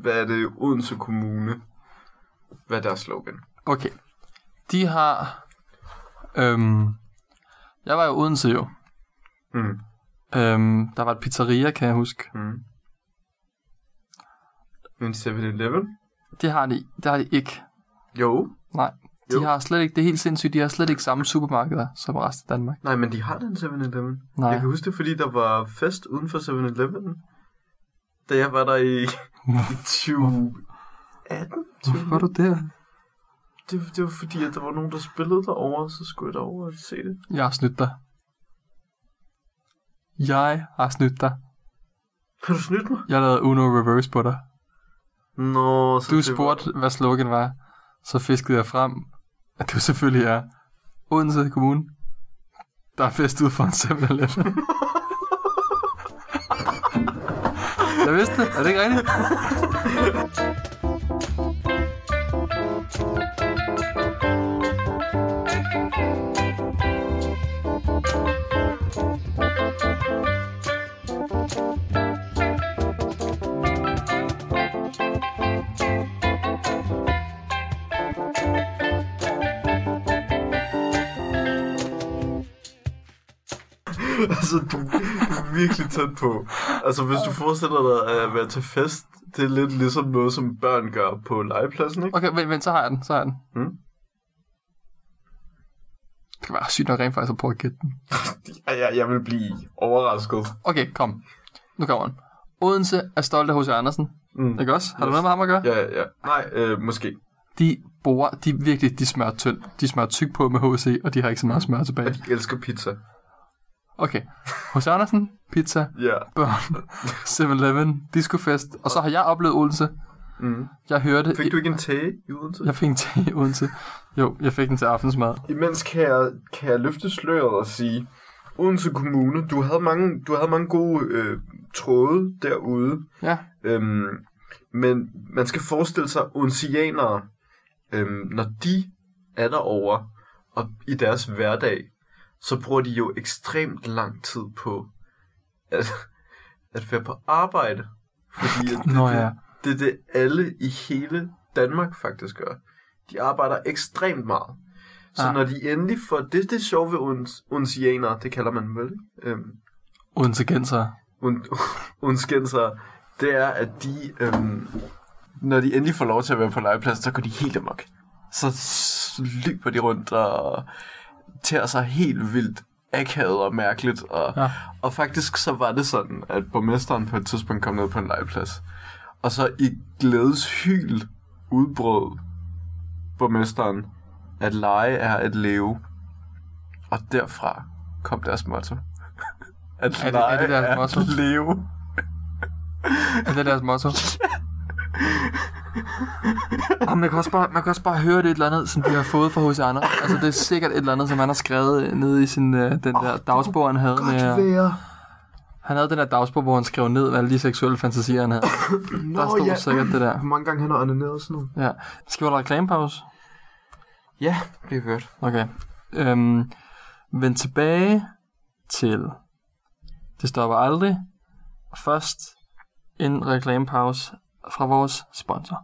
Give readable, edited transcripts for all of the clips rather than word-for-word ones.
hvad er det, Odense Kommune? Hvad er deres slogan? Okay. De har... jeg var jo Odense jo. Der var et pizzeria, kan jeg huske. Men 7-Eleven? Det har de ikke. Jo. Nej. De har slet ikke, det er helt sindssygt, de har slet ikke samme supermarkeder som resten af Danmark. Nej, men de har den 7-Eleven. Nej. Jeg kan huske det, fordi der var fest uden for 7-Eleven, da jeg var der i 2018. Hvorfor var du der? Det var fordi, at der var nogen, der spillede derovre, så skulle jeg derovre og se det. Jeg har snydt dig. Har du snydt mig? Jeg lavede Uno Reverse på dig. Nå, så du spurgte, hvad slogan var. Så fiskede jeg frem, at det selvfølgelig er Odense Kommune. Der er fest ud for en 7-Eleven. Jeg vidste det. Er det ikke rigtigt? Altså, du er virkelig tæt på. Altså, hvis du forestiller dig at være til fest, det er lidt ligesom noget, som børn gør på legepladsen, ikke? Okay, vent, så har jeg den. Det kan være sygt nok rent faktisk at prøve at gætte den. Jeg vil blive overrasket. Okay, kom. Nu kommer den. Odense er stolt af H.C. Andersen. Ikke også? Har du noget med ham at gøre? Ja. Nej, måske. De smører tyndt. De smører tyk på med H.C., og de har ikke så meget smør tilbage. Og de elsker pizza. Okay. H.C. Andersen, pizza, børn, 7-Eleven, discofest, og så har jeg oplevet Odense. Jeg hørte... Fik du ikke en te i Odense? Jeg fik en te i Odense. Jo, jeg fik den til aftensmad. Imens kan jeg løfte sløret og sige, Odense Kommune, du havde mange gode tråde derude. Ja. Men man skal forestille sig odensianere, når de er derovre og i deres hverdag, så bruger de jo ekstremt lang tid på at være på arbejde. Fordi det er det alle i hele Danmark faktisk gør. De arbejder ekstremt meget. Så når de endelig får... Det er sjovt ved odensianere, det kalder man vel, ikke? Odensegenser. Odensegenser, det er, at de... når de endelig får lov til at være på legeplads, så går de helt amok. Så løber de rundt og tager sig helt vildt akavet og mærkeligt. Og faktisk så var det sådan, at borgmesteren på et tidspunkt kom ned på en legeplads. Og så i glædeshyl udbrød borgmesteren, at lege er at leve. Og derfra kom deres motto. At lege er deres motto? At leve. Er det deres motto? Man kan også bare høre det et eller andet, som de har fået fra H.C. Andersen. Altså det er sikkert et eller andet, som han har skrevet nede i sin den der dagsbog, han havde med. Han havde den der dagsbog, hvor han skrev ned alle de seksuelle fantasier, han havde. Der stod sikkert det der. Hvor mange gange han har onaneret sådan noget. Ja. Skal vi holde reklamepause? Ja, det er hørt. Okay. Vend tilbage til Det stopper aldrig. Først en reklamepause fra vores sponsor.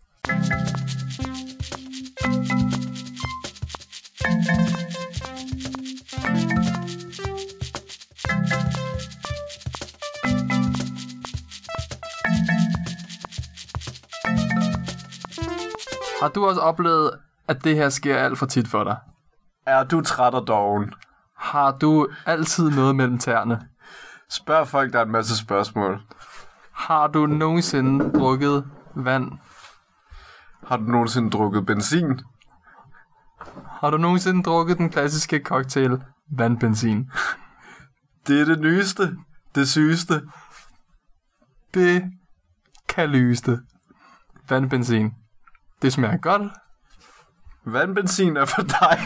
Har du også oplevet, at det her sker alt for tit for dig? Er du træt og doven? Har du altid noget mellem tæerne? Spørg folk, der er en masse spørgsmål. Har du nogensinde drukket vand? Har du nogensinde drukket benzin? Har du nogensinde drukket den klassiske cocktail vandbenzin? Det er det nyeste. Det sygeste. Det kalygeste. Vandbenzin. Det smager godt. Vandbenzin er for dig.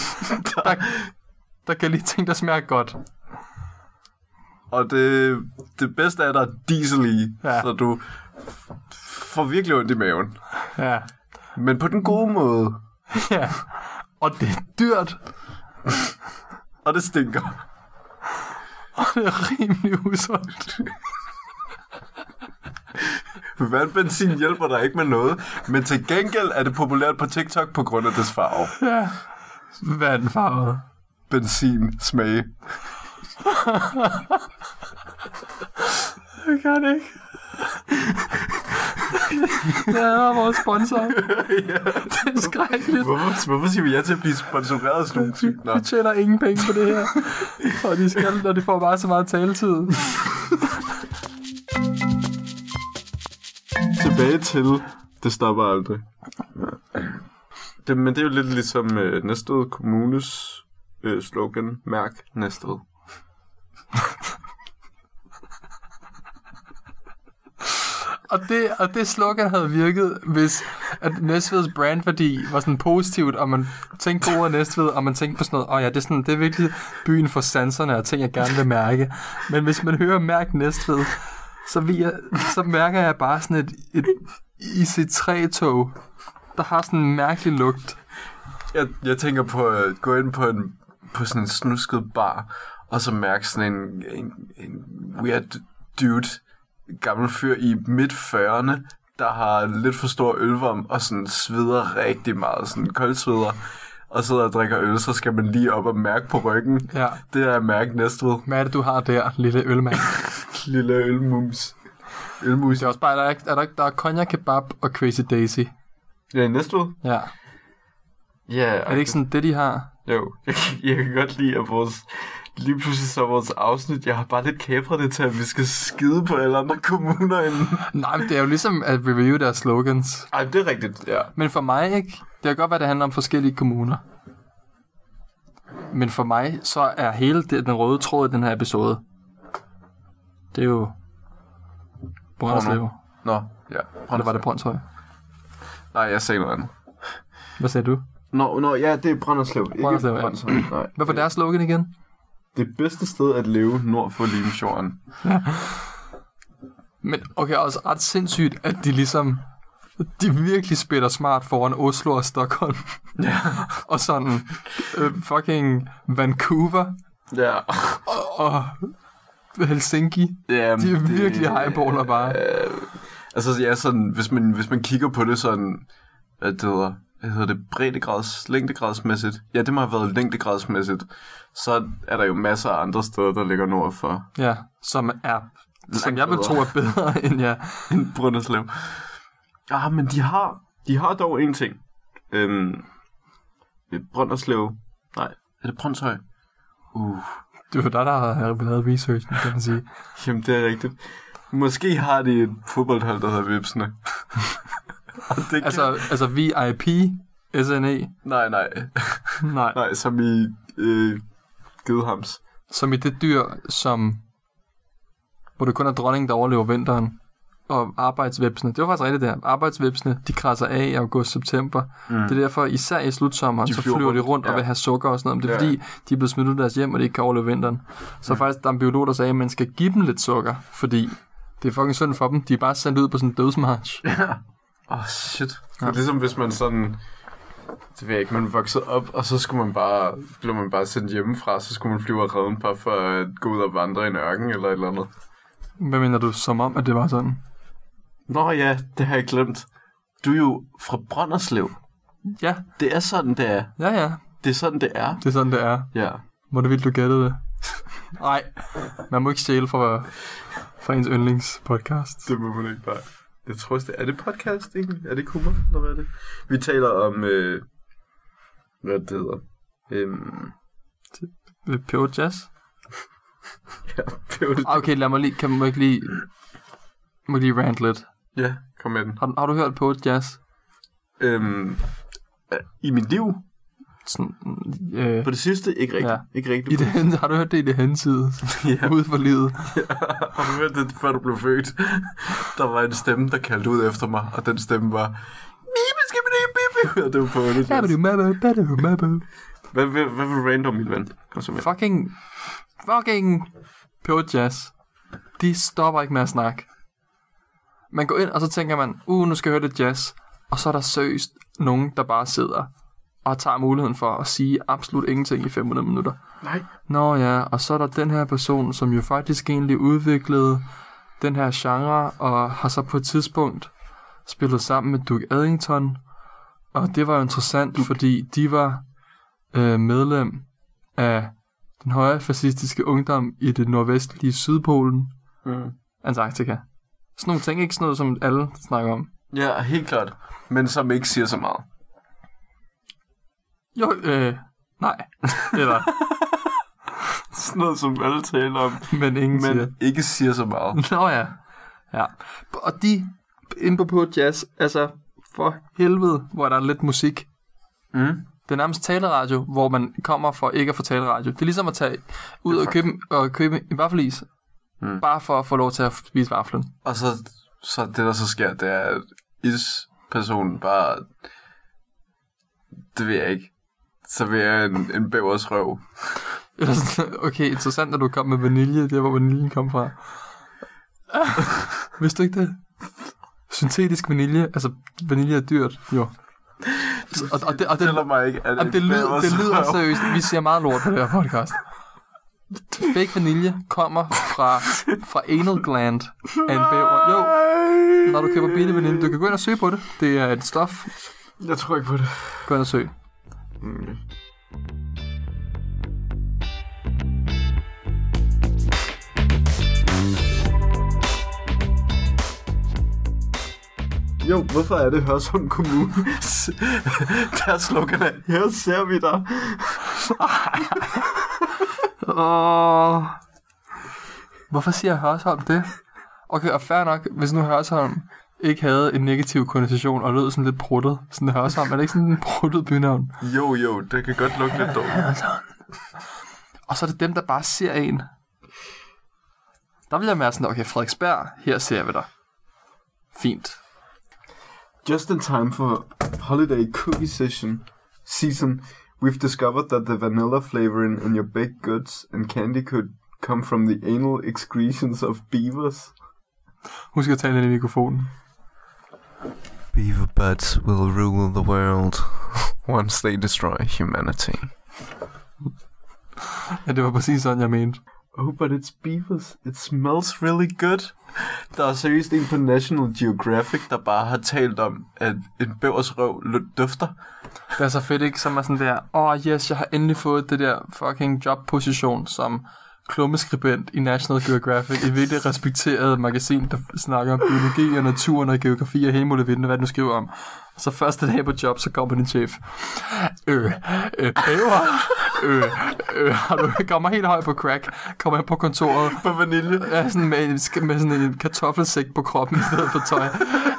der kan lige ting, der smager godt. Og det bedste er, der er diesel i, så du får virkelig ondt i maven. Ja. Men på den gode måde. Ja. Og det er dyrt. Og det stinker. Og det er rimelig usundt. Vandbenzin hjælper dig ikke med noget, men til gengæld er det populært på TikTok på grund af dets farve. Ja. Vandfarvet. Benzin, smage. Jeg kan det ikke. Det er vores sponsor. Ja. Det er skrækkeligt. Hvorfor siger vi ja til at blive sponsoreret af sådan nogle typer? Vi tjener ingen penge på det her. Og de skal, når de får bare så meget taletid. Tilbage til, det stopper aldrig. Men det er jo lidt ligesom Næstved Kommunes slogan, mærk Næstved. Og det slogan havde virket, hvis at Næstveds brandværdi var sådan positivt, og man tænkte på ordet Næstved, og man tænkte på sådan noget, det er virkelig byen for sanserne, og ting, jeg gerne vil mærke. Men hvis man hører mærk Næstved, så mærker jeg bare sådan et IC3-tog, der har sådan en mærkelig lugt. Jeg tænker på at gå ind på sådan en snusket bar, og så mærke sådan en weird dude, gammel fyr i midt-40'erne, der har lidt for stor ølvorm, og sådan sveder rigtig meget, sådan koldsveder, og sidder og drikker øl, så skal man lige op og mærke på ryggen. Ja. Det er mærke Næstved. Hvad er det, du har der, lille ølmand? Lille ølmus. Det er også bare, der er cognac kebab og Crazy Daisy. Ja, i Næstved? Ja. Ja. Er det ikke sådan det, de har? Jo, jeg kan godt lide, at lige pludselig så vores afsnit, jeg har bare lidt kæbret det til, at vi skal skide på alle andre kommuner inden. Nej, men det er jo ligesom at review deres slogans. Ej, det er rigtigt, ja. Men for mig ikke. Det kan godt være, det handler om forskellige kommuner. Men for mig, så er hele den røde tråd i den her episode, det er jo Brønderslev. Nå, ja. Eller var det Brønshøj? Nej, jeg sagde noget andet. Hvad sagde du? Nå, ja, det er Brønderslev. Brønderslev, ikke Brønshøj. Nej. Hvad var deres slogan igen? Det bedste sted at leve nord for Limfjorden. Ja. Men okay, også ret sindssygt, at de virkelig spiller smart foran Oslo og Stockholm. Ja. Og sådan fucking Vancouver. Ja. Og Helsinki. Ja, de er virkelig highballer bare. Altså, ja, sådan, hvis man kigger på det sådan, hvad hedder det, længdegradsmæssigt. Ja, det må have været længdegradsmæssigt. Så er der jo masser af andre steder, der ligger nord for. Ja, som jeg vil tro er bedre end Brønderslev. Ah, men de har dog en ting. Brønderslev. Nej, er det Brønshøj? Det var der har lavet researchen, kan man sige. Jamen, det er rigtigt. Måske har de et fodboldhold, der hedder Vipsene. altså VIP, SNE? Nej. Nej, som i Gedehams. Som i det dyr, hvor det kun er dronningen, der overlever vinteren. Og arbejdsvipsene, det var faktisk rigtigt der. Arbejdsvipsene, de krasser af i august-september. Det er derfor, især i slutsommeren, så flyver de rundt og vil have sukker og sådan noget. Det er fordi, de er blevet smidt ud af deres hjem, og de ikke kan overleve vinteren. Så faktisk, der er en biolog, der sagde, at man skal give dem lidt sukker, fordi det er fucking synd for dem. De er bare sendt ud på sådan en dødsmarch. Ja. Shit. Ja. Det er ligesom hvis man sådan, det ved jeg ikke, man voksede op, og så blev man bare sendt hjemmefra, så skulle man flyve og redde en par for at gå ud og vandre i en ørken eller et eller andet. Hvad mener du, som om, at det var sådan? Nå ja, det har jeg glemt. Du er jo fra Brønderslev. Ja. Det er sådan, det er. Ja. Det er sådan, det er. Det er sådan, det er. Ja. Må det vildt, du gættede det? Nej, man må ikke stjæle for ens yndlingspodcast. Det må man ikke bare. Jeg tror, er det podcast egentlig? Er det kummer, eller hvad er det? Vi taler om, hvad det hedder? Pure Jazz? Ja, Pure Jazz. Okay, må jeg lige rant lidt? Ja, kom med den. Har du hørt Pure Jazz? I mit liv? Sådan, på det sidste? Ikke rigtigt. Ja. Ikke rigtigt. Har du hørt det i det henside? Ja. Ude for livet? Ja. Har du hørt det, før du blev født? Der var en stemme, der kaldte ud efter mig, og den stemme var... Og det var på det. Hvad vil random, min ven? Fucking Pure Jazz. De stopper ikke med at snakke. Man går ind, og så tænker man, nu skal jeg høre det jazz. Og så er der seriøst nogen, der bare sidder og tager muligheden for at sige absolut ingenting i 500 minutter. Nej. Nå ja, og så er der den her person, som jo faktisk egentlig udviklede den her genre, og har så på et tidspunkt spillet sammen med Duke Ellington. Og det var jo interessant, fordi de var medlem af den højre fascistiske ungdom i det nordvestlige Sydpolen. Antarktika. Sådan nogle ting, ikke sådan noget, som alle snakker om. Ja, helt klart. Men som ikke siger så meget. Jo, nej. Eller... sådan noget, som alle taler om. Men ingen siger. Ikke siger så meget. Nå ja. Ja. Og de inde på jazz, altså for helvede, hvor der er lidt musik. Det er nærmest taleradio, hvor man kommer for ikke at få taleradio. Det er ligesom at tage ud og købe en vaffelis. Bare for at få lov til at spise vaflen. Og så det, der så sker, det er, at is-personen bare... Det ved jeg ikke. Så vil jeg en bævers røv. Okay, interessant, at du kom med vanilje. Det var, hvor vaniljen kom fra. Vidste du ikke det? Syntetisk vanilje. Altså, vanilje er dyrt, jo. Og det tæller mig ikke, at det lyder seriøst. Vi siger meget lort på det her podcast. Fake vanilje kommer fra anal gland af en bæver. Jo, når du køber billig vanilje, du kan gå ind og søge på det. Det er et stof. Jeg tror ikke på det. Gå ind og søg. Jo, hvorfor er det Hørsholm Kommune? Der slogan er, her ser vi dig. Hvorfor siger Hørsholm det? Okay, og fair nok, hvis nu Hørsholm ikke havde en negativ konnotation og lød sådan lidt pruttet. Sådan Hørsholm, er det ikke sådan en pruttet bynavn? Jo, det kan godt lugte lidt dårligt. Og så er det dem, der bare ser en. Der vil jeg være sådan, okay, Frederiksberg, her ser vi dig. Fint. Just in time for holiday cookie season, we've discovered that the vanilla flavoring in your baked goods and candy could come from the anal excretions of beavers. Husk at tale ind i mikrofonen. Beaver butts will rule the world once they destroy humanity. Ja, det var præcis sådan, jeg mente. Oh, but it's beavers. It smells really good. Der er seriøst en på National Geographic, der bare har talt om, at en bævers røv dufter. Det er så fedt, ikke? Som er sådan der, yes, jeg har endelig fået det der fucking jobposition som klummeskribent i National Geographic, et virkelig respekteret magasin, der snakker om biologi og naturen og geografi og hele muligheden, hvad du skriver om. Og så første dag på job, så kommer din chef. Bæver. Har du kommer helt højt på crack, kommer jeg på kontoret. På vanilje. Ja, sådan med sådan en kartoffelsæk på kroppen i stedet for tøj.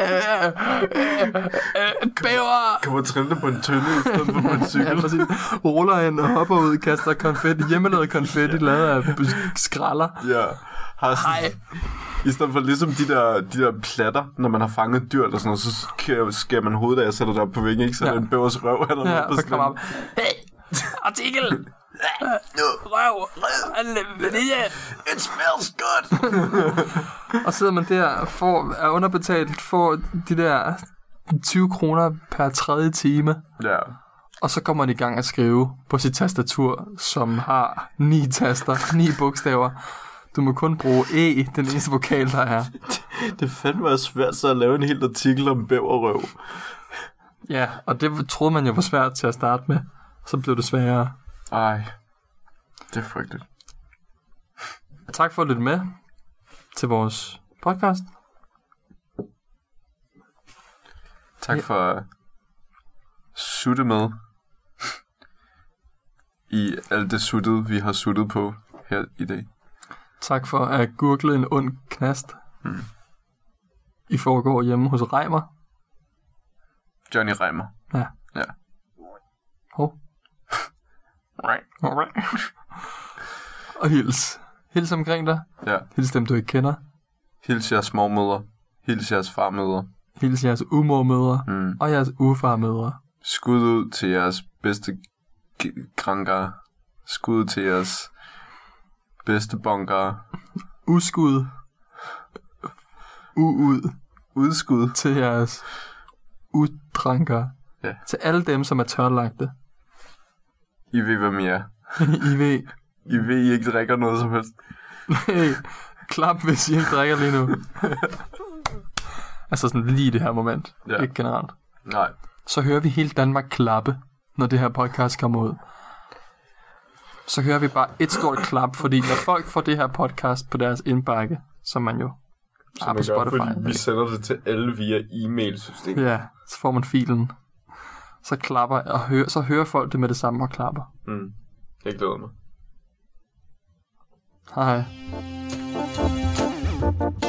Bæver. Kommer trille på en tønde i stedet for på en cykel. Ja, præcis. Ruller ind og hopper ud, kaster konfetti, hjemmelavet konfetti, lavet af skralder. Ja. Hej. I stedet for ligesom de der platter, når man har fanget dyr eller sådan noget, så skærer man hovedet af og sætter det op på væggen, ikke? Så er det en bævers røv. Ja, så kommer op. Hey, artikel! Røv! Vanilje! It smells good! Og sidder man der, er underbetalt, får de der 20 kroner per tredje time. Ja. Og så kommer man i gang at skrive på sit tastatur, som har 9 taster, 9 bogstaver. Du må kun bruge E, den eneste vokal, der er. Det fandme svært så at lave en hel artikel om bæverrøv. Ja, og det troede man jo var svært til at starte med. Så blev det sværere. Ej, det er frygteligt. Tak for at lytte med til vores podcast. Tak for at sutte med i alt det suttede, vi har suttet på her i dag. Tak for at gurgle en ond knast. I foregår hjemme hos Reimer. Johnny Reimer. Ja. Ja. Hov. Og hils. Hils omkring dig. Ja. Hils dem, du ikke kender. Hils jeres mormødre. Hils jeres farmødre. Hils jeres umormødre. Og jeres ufarmødre. Skud ud til jeres bedste krankere. Skud til jeres bedste bunkere. Uskud. Udskud. Til jeres uddrankere. Ja. Til alle dem, som er tørlagte. I ved, hvem I er. I ved. I ved, I ikke drikker noget som helst. Hey, Klap, hvis I ikke drikker lige nu. Altså sådan lige det her moment. Ja. Ikke generelt. Nej. Så hører vi hele Danmark klappe, når det her podcast kommer ud. Så hører vi bare et stort klap, fordi når folk får det her podcast på deres indbakke, som man jo har på Spotify. Fordi vi sender det til alle via e-mailsystemet. Ja, så får man filen. Så klapper, og så hører folk det med det samme og klapper. Jeg glæder mig. Hej.